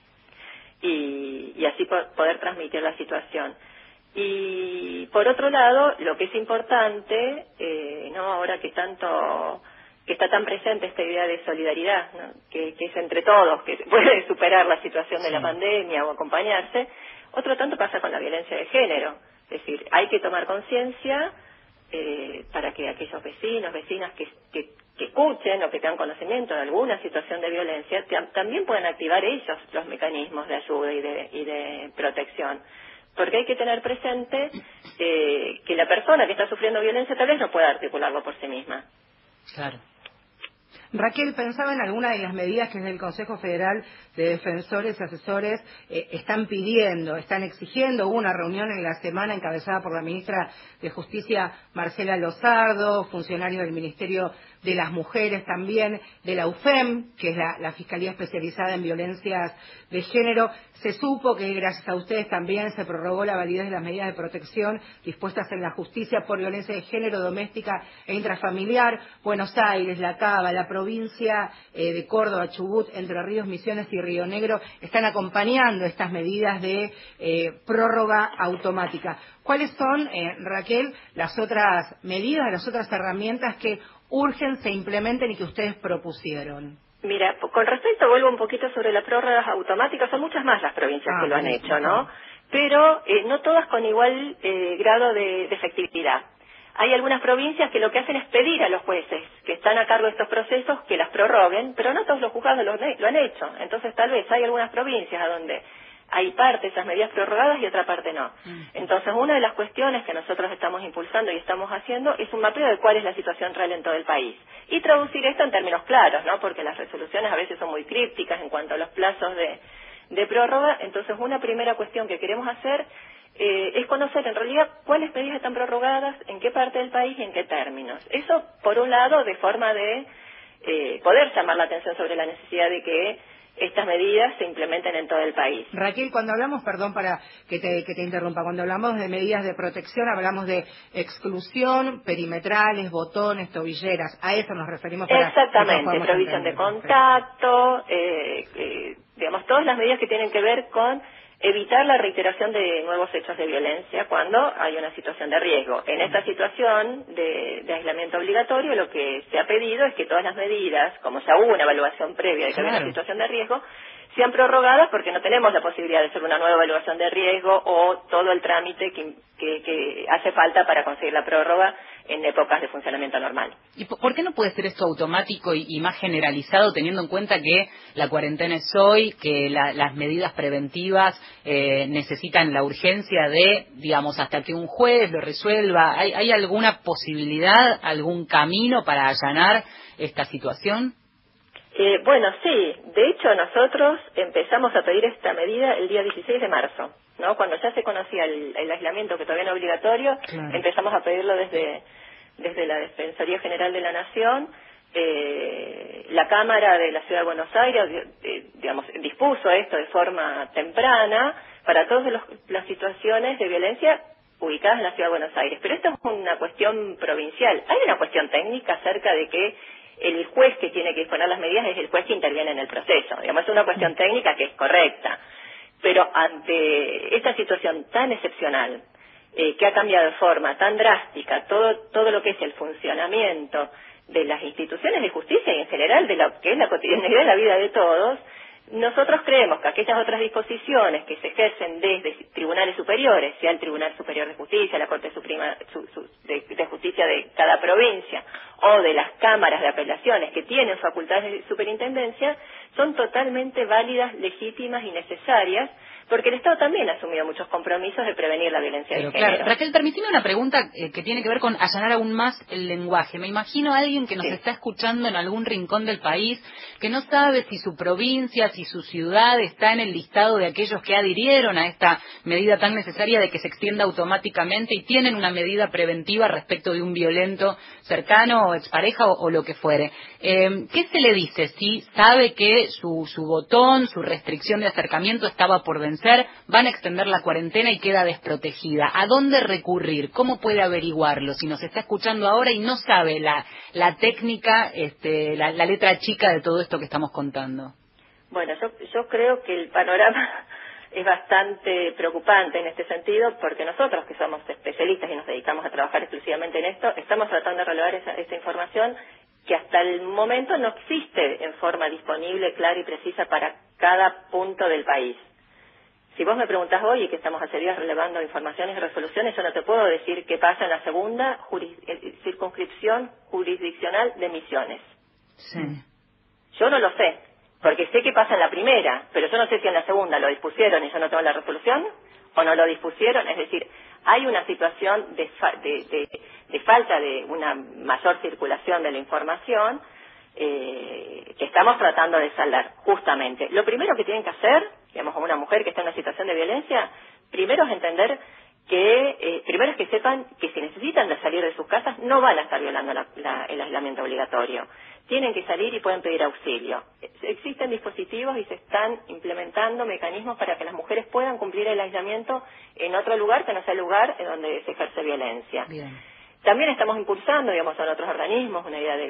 y así poder transmitir la situación. Y por otro lado, lo que es importante, no ahora que está tan presente esta idea de solidaridad, ¿no? que es entre todos, que se puede superar la situación de la pandemia o acompañarse. Otro tanto pasa con la violencia de género, es decir, hay que tomar conciencia para que aquellos vecinos, vecinas que escuchen o que tengan conocimiento de alguna situación de violencia, también puedan activar ellos los mecanismos de ayuda y de protección. Porque hay que tener presente que la persona que está sufriendo violencia tal vez no pueda articularlo por sí misma. Claro. Raquel, pensaba en alguna de las medidas que desde el Consejo Federal de Defensores y Asesores están pidiendo, están exigiendo. Hubo una reunión en la semana encabezada por la ministra de Justicia, Marcela Lozardo, funcionario del Ministerio de las Mujeres también, de la UFEM, que es la Fiscalía Especializada en Violencias de Género. Se supo que gracias a ustedes también se prorrogó la validez de las medidas de protección dispuestas en la justicia por violencia de género doméstica e intrafamiliar. Buenos Aires, La Cava, la provincia de Córdoba, Chubut, Entre Ríos, Misiones y Río Negro están acompañando estas medidas de prórroga automática. ¿Cuáles son, Raquel, las otras medidas, las otras herramientas que urgen se implementen y que ustedes propusieron? Mira, con respecto, vuelvo un poquito sobre las prórrogas automáticas, son muchas más las provincias que lo han hecho, ¿no? Pero no todas con igual grado de efectividad. hay algunas provincias que lo que hacen es pedir a los jueces que están a cargo de estos procesos que las prorroguen, pero no todos los juzgados lo han hecho. Entonces tal vez hay algunas provincias a donde hay parte de esas medidas prorrogadas y otra parte no. Entonces una de las cuestiones que nosotros estamos impulsando y estamos haciendo es un mapeo de cuál es la situación real en todo el país. Y traducir esto en términos claros, ¿no? Porque las resoluciones a veces son muy crípticas en cuanto a los plazos de prórroga. Entonces una primera cuestión que queremos hacer es conocer en realidad cuáles medidas están prorrogadas, en qué parte del país y en qué términos. Eso, por un lado, de forma de poder llamar la atención sobre la necesidad de que estas medidas se implementen en todo el país. Raquel, cuando hablamos, perdón para que te interrumpa, cuando hablamos de medidas de protección, hablamos de exclusión, perimetrales, botones, tobilleras, a eso nos referimos. Exactamente, provisión de contacto, digamos, todas las medidas que tienen que ver con evitar la reiteración de nuevos hechos de violencia cuando hay una situación de riesgo. En esta situación de aislamiento obligatorio, lo que se ha pedido es que todas las medidas, como ya hubo una evaluación previa de que había una situación de riesgo, sean prorrogadas porque no tenemos la posibilidad de hacer una nueva evaluación de riesgo o todo el trámite que hace falta para conseguir la prórroga en épocas de funcionamiento normal. ¿Y por qué no puede ser esto automático y más generalizado, teniendo en cuenta que la cuarentena es hoy, que las medidas preventivas necesitan la urgencia de, digamos, hasta que un juez lo resuelva? ¿Hay alguna posibilidad, algún camino para allanar esta situación? Bueno, sí. De hecho, nosotros empezamos a pedir esta medida el día 16 de marzo, ¿no? Cuando ya se conocía el aislamiento, que todavía no es obligatorio, empezamos a pedirlo desde la Defensoría General de la Nación. La Cámara de la Ciudad de Buenos Aires, digamos, dispuso esto de forma temprana para todas las situaciones de violencia ubicadas en la Ciudad de Buenos Aires. Pero esto es una cuestión provincial. Hay una cuestión técnica acerca de que el juez que tiene que disponer las medidas es el juez que interviene en el proceso. Digamos, es una cuestión técnica que es correcta. Pero ante esta situación tan excepcional, que ha cambiado de forma tan drástica todo lo que es el funcionamiento de las instituciones de justicia y en general de lo que es la cotidianidad de la vida de todos, nosotros creemos que aquellas otras disposiciones que se ejercen desde tribunales superiores, sea el Tribunal Superior de Justicia, la Corte Suprema de Justicia de cada provincia, o de las cámaras de apelaciones que tienen facultades de superintendencia, son totalmente válidas, legítimas y necesarias, porque el Estado también ha asumido muchos compromisos de prevenir la violencia de género. Claro. Raquel, permíteme una pregunta que tiene que ver con allanar aún más el lenguaje. Me imagino a alguien que nos está escuchando en algún rincón del país, que no sabe si su provincia, si su ciudad está en el listado de aquellos que adhirieron a esta medida tan necesaria de que se extienda automáticamente y tienen una medida preventiva respecto de un violento cercano o expareja o lo que fuere. ¿Qué se le dice si sabe que su botón, su restricción de acercamiento estaba por vencer? Van a extender la cuarentena y queda desprotegida. ¿A dónde recurrir? ¿Cómo puede averiguarlo? Si nos está escuchando ahora y no sabe la técnica, la letra chica de todo esto que estamos contando. Bueno, yo creo que el panorama es bastante preocupante en este sentido, porque nosotros, que somos especialistas y nos dedicamos a trabajar exclusivamente en esto, estamos tratando de relevar esta información que hasta el momento no existe en forma disponible, clara y precisa para cada punto del país. Si vos me preguntás hoy, que estamos hace días relevando informaciones y resoluciones, yo no te puedo decir qué pasa en la segunda circunscripción jurisdiccional de Misiones. Sí. Yo no lo sé, porque sé qué pasa en la primera, pero yo no sé si en la segunda lo dispusieron y yo no tengo la resolución, o no lo dispusieron. Es decir, hay una situación de falta de una mayor circulación de la información que estamos tratando de saldar, justamente. Lo primero que tienen que hacer, digamos, como una mujer que está en una situación de violencia, primero es entender primero es que sepan que si necesitan salir de sus casas no van a estar violando el aislamiento obligatorio. Tienen que salir y pueden pedir auxilio. Existen dispositivos y se están implementando mecanismos para que las mujeres puedan cumplir el aislamiento en otro lugar que no sea el lugar en donde se ejerce violencia. Bien. También estamos impulsando, digamos, en otros organismos, una idea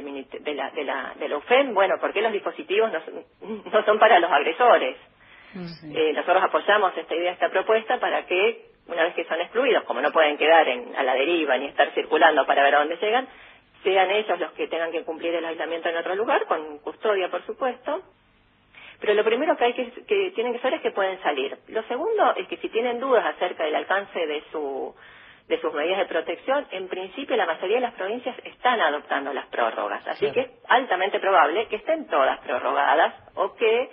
de la UFEM, bueno, ¿por qué los dispositivos no son para los agresores? Sí. Nosotros apoyamos esta idea, esta propuesta, para que, una vez que son excluidos, como no pueden quedar a la deriva ni estar circulando para ver a dónde llegan, sean ellos los que tengan que cumplir el aislamiento en otro lugar, con custodia, por supuesto. Pero lo primero que tienen que saber es que pueden salir. Lo segundo es que si tienen dudas acerca del alcance de de sus medidas de protección, en principio la mayoría de las provincias están adoptando las prórrogas, así que es altamente probable que estén todas prorrogadas o que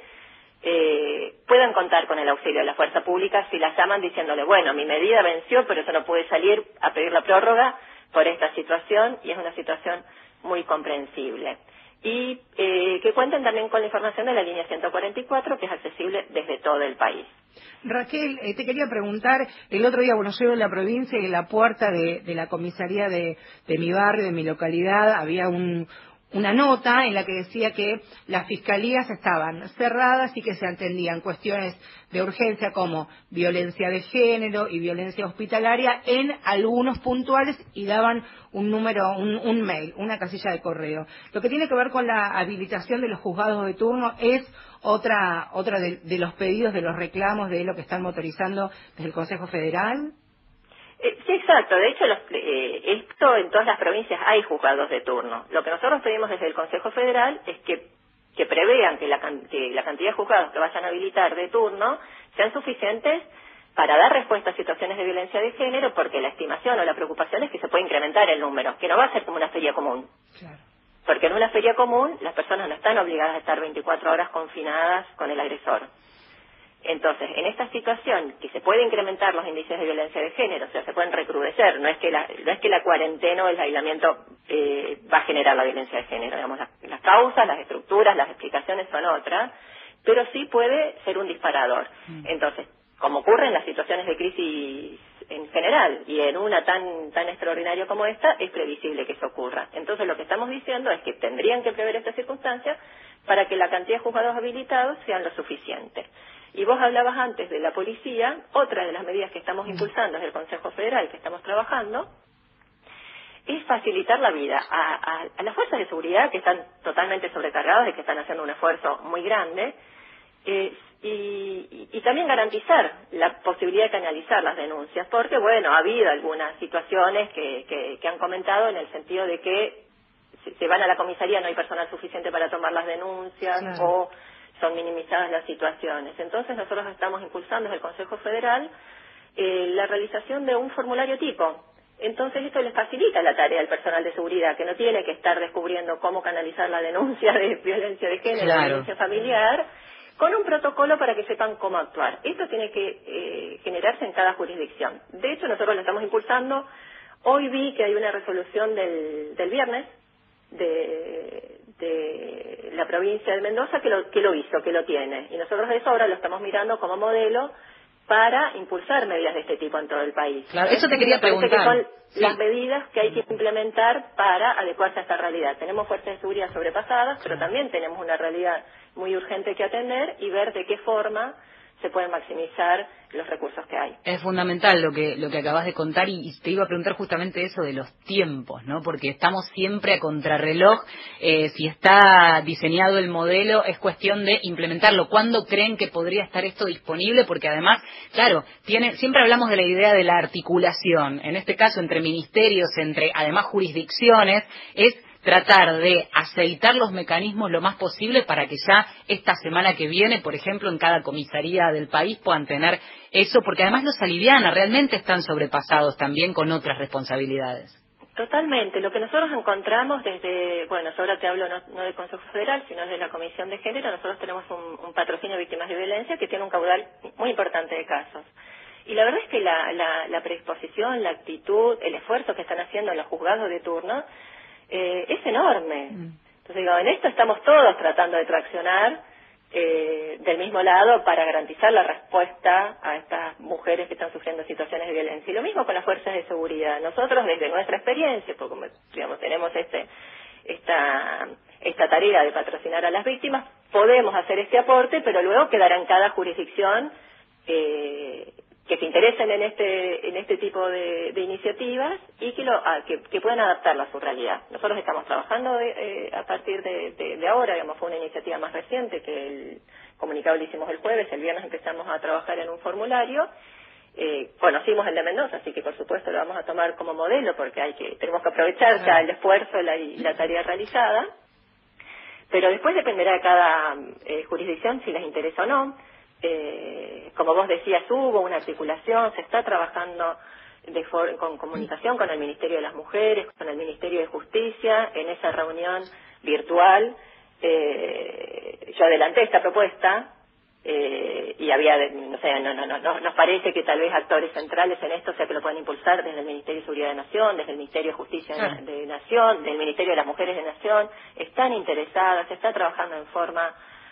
puedan contar con el auxilio de la fuerza pública si las llaman diciéndole, bueno, mi medida venció, pero yo no pude salir a pedir la prórroga por esta situación, y es una situación muy comprensible. Y que cuenten también con la información de la línea 144, que es accesible desde todo el país. Raquel, te quería preguntar, el otro día, bueno, yo en la provincia y en la puerta de la comisaría de mi barrio, de mi localidad, había una nota en la que decía que las fiscalías estaban cerradas y que se atendían cuestiones de urgencia como violencia de género y violencia hospitalaria en algunos puntuales, y daban un número, un mail, una casilla de correo. Lo que tiene que ver con la habilitación de los juzgados de turno es otra de los pedidos, de los reclamos, de lo que están motorizando desde el Consejo Federal. Sí, exacto. De hecho, esto en todas las provincias hay juzgados de turno. Lo que nosotros pedimos desde el Consejo Federal es que prevean que la cantidad de juzgados que vayan a habilitar de turno sean suficientes para dar respuesta a situaciones de violencia de género, porque la estimación o la preocupación es que se puede incrementar el número, que no va a ser como una feria común. Claro. Porque en una feria común las personas no están obligadas a estar 24 horas confinadas con el agresor. Entonces, en esta situación, que se puede incrementar los índices de violencia de género, o sea, se pueden recrudecer, no es que la cuarentena o el aislamiento va a generar la violencia de género, digamos, las causas, las estructuras, las explicaciones son otras, pero sí puede ser un disparador. Entonces, como ocurre en las situaciones de crisis en general, y en una tan extraordinaria como esta, es previsible que eso ocurra. Entonces, lo que estamos diciendo es que tendrían que prever estas circunstancias para que la cantidad de juzgados habilitados sean lo suficiente. Y vos hablabas antes de la policía. Otra de las medidas que estamos impulsando desde el Consejo Federal, que estamos trabajando, es facilitar la vida a las fuerzas de seguridad, que están totalmente sobrecargadas y que están haciendo un esfuerzo muy grande, y también garantizar la posibilidad de canalizar las denuncias, porque, bueno, ha habido algunas situaciones que han comentado en el sentido de que se van a la comisaría, no hay personal suficiente para tomar las denuncias, claro, o son minimizadas las situaciones. Entonces nosotros estamos impulsando desde el Consejo Federal la realización de un formulario tipo. Entonces esto les facilita la tarea al personal de seguridad, que no tiene que estar descubriendo cómo canalizar la denuncia de violencia de género, claro, violencia familiar, con un protocolo para que sepan cómo actuar. Esto tiene que generarse en cada jurisdicción. De hecho, nosotros lo estamos impulsando. Hoy vi que hay una resolución del viernes de la provincia de Mendoza que lo hizo, que lo tiene. Y nosotros eso ahora lo estamos mirando como modelo para impulsar medidas de este tipo en todo el país. Claro, eso te quería preguntar. Que son las medidas que hay que implementar para adecuarse a esta realidad. Tenemos fuerzas de seguridad sobrepasadas, pero también tenemos una realidad muy urgente que atender y ver de qué forma se pueden maximizar los recursos que hay. Es fundamental lo que acabas de contar, y te iba a preguntar justamente eso de los tiempos, ¿no? Porque estamos siempre a contrarreloj. Si está diseñado el modelo, es cuestión de implementarlo. ¿Cuándo creen que podría estar esto disponible? Porque además, claro, siempre hablamos de la idea de la articulación, en este caso entre ministerios, entre además jurisdicciones, es tratar de aceitar los mecanismos lo más posible para que ya esta semana que viene, por ejemplo, en cada comisaría del país puedan tener eso, porque además los aliviana, realmente están sobrepasados también con otras responsabilidades. Totalmente. Lo que nosotros encontramos desde, bueno, ahora te hablo no del Consejo Federal, sino de la Comisión de Género. Nosotros tenemos un patrocinio de víctimas de violencia que tiene un caudal muy importante de casos. Y la verdad es que la predisposición, la actitud, el esfuerzo que están haciendo los juzgados de turno es enorme. Entonces, digo, en esto estamos todos tratando de traccionar del mismo lado para garantizar la respuesta a estas mujeres que están sufriendo situaciones de violencia. Y lo mismo con las fuerzas de seguridad. Nosotros, desde nuestra experiencia, porque como, digamos, tenemos esta tarea de patrocinar a las víctimas, podemos hacer este aporte, pero luego quedará en cada jurisdicción que se interesen en este tipo de iniciativas y que puedan adaptarla a su realidad. Nosotros estamos trabajando a partir de ahora, digamos, fue una iniciativa más reciente que el comunicado lo hicimos el jueves, el viernes empezamos a trabajar en un formulario. Conocimos el de Mendoza, así que por supuesto lo vamos a tomar como modelo porque tenemos que aprovechar ya el esfuerzo y la tarea realizada, pero después dependerá de cada jurisdicción si les interesa o no. Como vos decías, hubo una articulación, se está trabajando con comunicación con el Ministerio de las Mujeres, con el Ministerio de Justicia. En esa reunión virtual yo adelanté esta propuesta y había, no sé, nos parece que tal vez actores centrales en esto, o sea, que lo pueden impulsar desde el Ministerio de Seguridad de Nación, desde el Ministerio de Justicia de Nación, del Ministerio de las Mujeres de Nación, están interesadas, se está trabajando en forma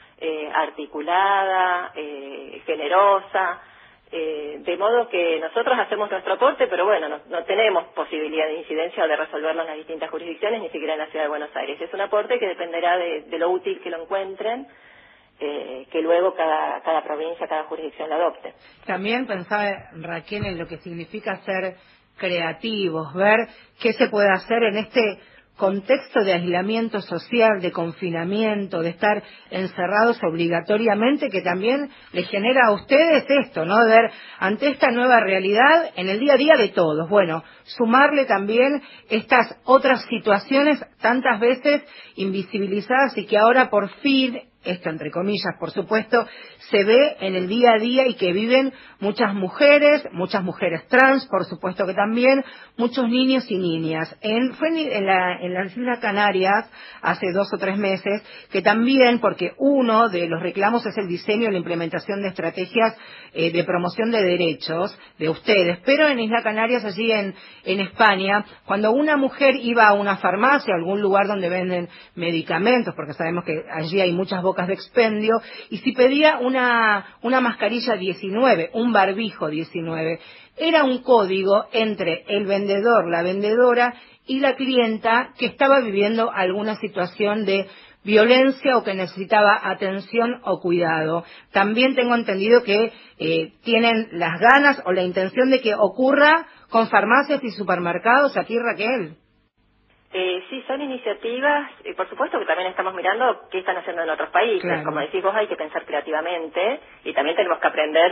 articulada, generosa, de modo que nosotros hacemos nuestro aporte, pero bueno, no tenemos posibilidad de incidencia o de resolverlo en las distintas jurisdicciones, ni siquiera en la Ciudad de Buenos Aires. Es un aporte que dependerá de lo útil que lo encuentren, que luego cada provincia, cada jurisdicción lo adopte. También pensaba, Raquel, en lo que significa ser creativos, ver qué se puede hacer en este contexto de aislamiento social, de confinamiento, de estar encerrados obligatoriamente, que también les genera a ustedes esto, ¿no? De ver ante esta nueva realidad en el día a día de todos. Bueno, sumarle también estas otras situaciones tantas veces invisibilizadas y que ahora por fin, esto entre comillas, por supuesto, se ve en el día a día y que viven muchas mujeres trans, por supuesto que también, muchos niños y niñas. Fue en las Islas Canarias hace 2 o 3 meses, que también, porque uno de los reclamos es el diseño y la implementación de estrategias de promoción de derechos de ustedes, pero en Islas Canarias, allí en España, cuando una mujer iba a una farmacia, a algún lugar donde venden medicamentos, porque sabemos que allí hay muchas bocas de expendio, y si pedía una mascarilla 19, un barbijo 19, era un código entre el vendedor, la vendedora y la clienta que estaba viviendo alguna situación de violencia o que necesitaba atención o cuidado. También tengo entendido que tienen las ganas o la intención de que ocurra con farmacias y supermercados aquí, Raquel. Sí, son iniciativas, por supuesto que también estamos mirando qué están haciendo en otros países. Claro. Como decís vos, hay que pensar creativamente y también tenemos que aprender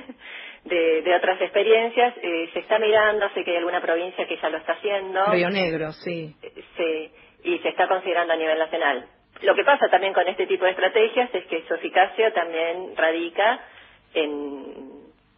de otras experiencias. Se está mirando, sé que hay alguna provincia que ya lo está haciendo. Río Negro, sí. Sí, y se está considerando a nivel nacional. Lo que pasa también con este tipo de estrategias es que su eficacia también radica en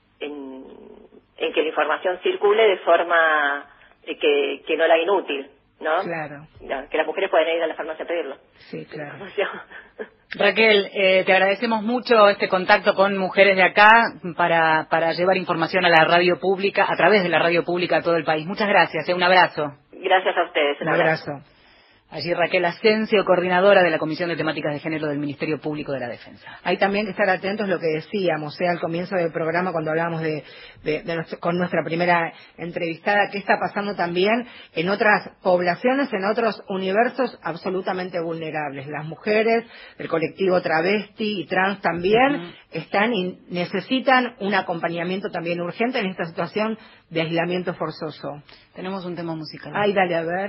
que la información circule de forma que no la haga inútil, ¿no? Claro. Que las mujeres pueden ir a la farmacia a pedirlo. Sí, claro. Raquel, te agradecemos mucho este contacto con mujeres de acá para llevar información a la radio pública, a través de la radio pública a todo el país. Muchas gracias, un abrazo. Gracias a ustedes. Un abrazo. Allí Raquel Asensio, coordinadora de la Comisión de Temáticas de Género del Ministerio Público de la Defensa. Hay también que estar atentos a lo que decíamos, al comienzo del programa cuando hablábamos con nuestra primera entrevistada, qué está pasando también en otras poblaciones, en otros universos absolutamente vulnerables. Las mujeres, el colectivo travesti y trans también están y necesitan un acompañamiento también urgente en esta situación de aislamiento forzoso. Tenemos un tema musical. Ay, dale, a ver.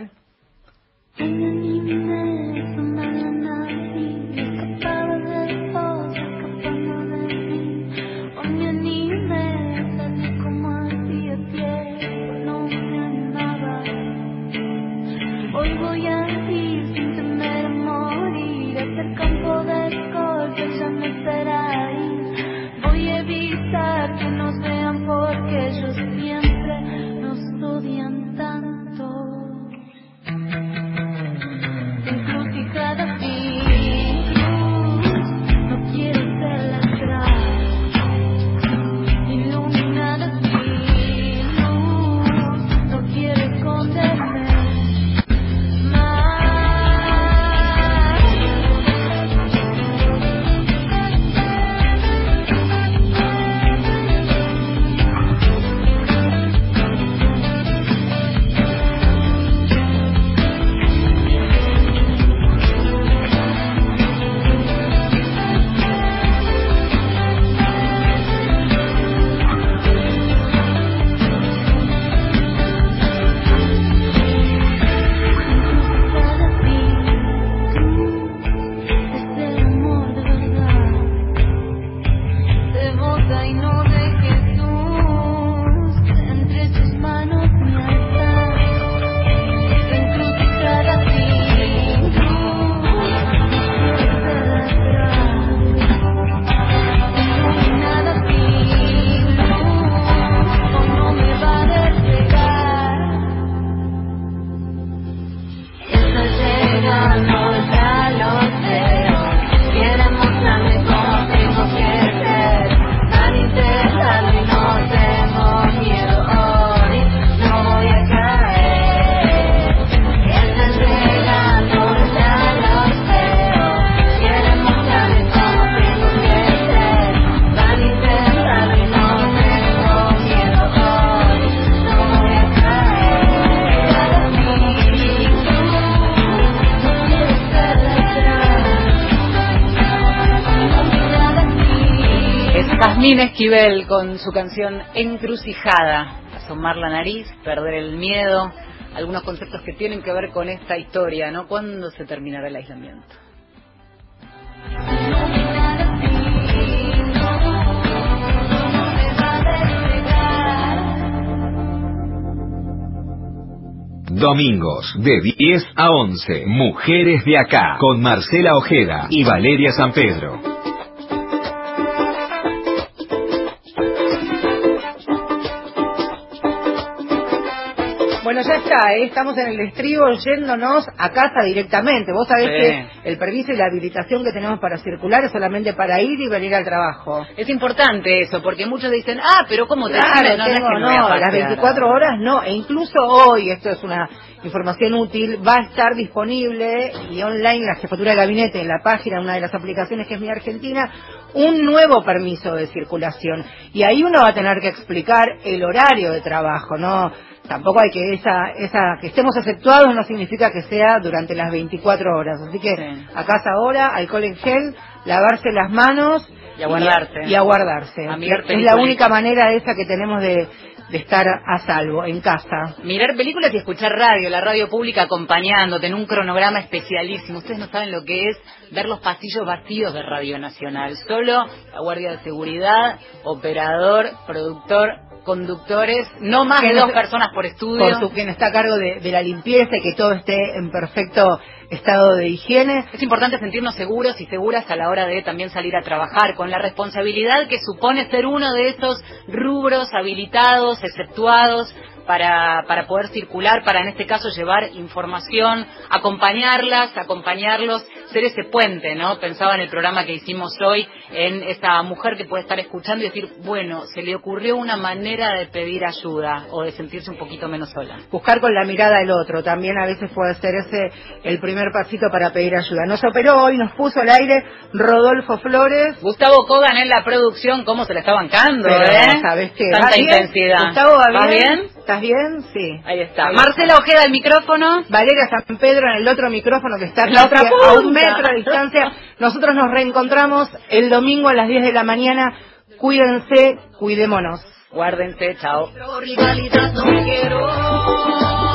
Hoy voy a ir sin temer a morir, hasta el campo de escolta ya me espera ahí. Voy a evitar que nos vean porque ellos siempre nos odian tanto. Encrucijada Yasmín Esquivel con su canción Encrucijada. Asomar la nariz, perder el miedo, algunos conceptos que tienen que ver con esta historia, ¿no? ¿Cuándo se terminará el aislamiento? Domingos de 10 a 11, Mujeres de Acá, con Marcela Ojeda y Valeria San Pedro. Bueno, ya está, estamos en el estribo yéndonos a casa directamente. Vos sabés que el permiso y la habilitación que tenemos para circular es solamente para ir y venir al trabajo. Es importante eso, porque muchos dicen, pero ¿cómo te claro, no, las 24 horas no, e incluso hoy, esto es una información útil, va a estar disponible y online la jefatura de gabinete en la página, una de las aplicaciones que es Mi Argentina, un nuevo permiso de circulación. Y ahí uno va a tener que explicar el horario de trabajo, ¿no? Tampoco hay que que estemos efectuados no significa que sea durante las 24 horas. Así que a casa ahora, alcohol en gel, lavarse las manos y aguardarse. Y aguardarse. Es la única manera esa que tenemos de estar a salvo, en casa. Mirar películas y escuchar radio, la radio pública acompañándote en un cronograma especialísimo. Ustedes no saben lo que es ver los pasillos vacíos de Radio Nacional. Solo la guardia de seguridad, operador, productor, conductores, no más de 2 personas por estudio. Quien está a cargo de la limpieza y que todo esté en perfecto estado de higiene. Es importante sentirnos seguros y seguras a la hora de también salir a trabajar, con la responsabilidad que supone ser uno de esos rubros habilitados, exceptuados, para poder circular, para en este caso llevar información, acompañarlos, ser ese puente, ¿no? Pensaba en el programa que hicimos hoy, en esa mujer que puede estar escuchando y decir, bueno, se le ocurrió una manera de pedir ayuda o de sentirse un poquito menos sola. Buscar con la mirada del otro, también a veces puede ser ese el primer pasito para pedir ayuda. Nos operó hoy, nos puso al aire Rodolfo Flores. Gustavo Kogan en la producción, ¿cómo se la está bancando? ¿Sabes qué? Tanta intensidad. Gustavo, ¿va bien? ¿Estás bien? Sí. Ahí está. Marcela Ojeda, el micrófono. Valeria San Pedro en el otro micrófono que está a 1 metro de distancia. Nosotros nos reencontramos el domingo a las 10 de la mañana. Cuídense, cuidémonos. Guárdense, chao. Rivalidad no quiero.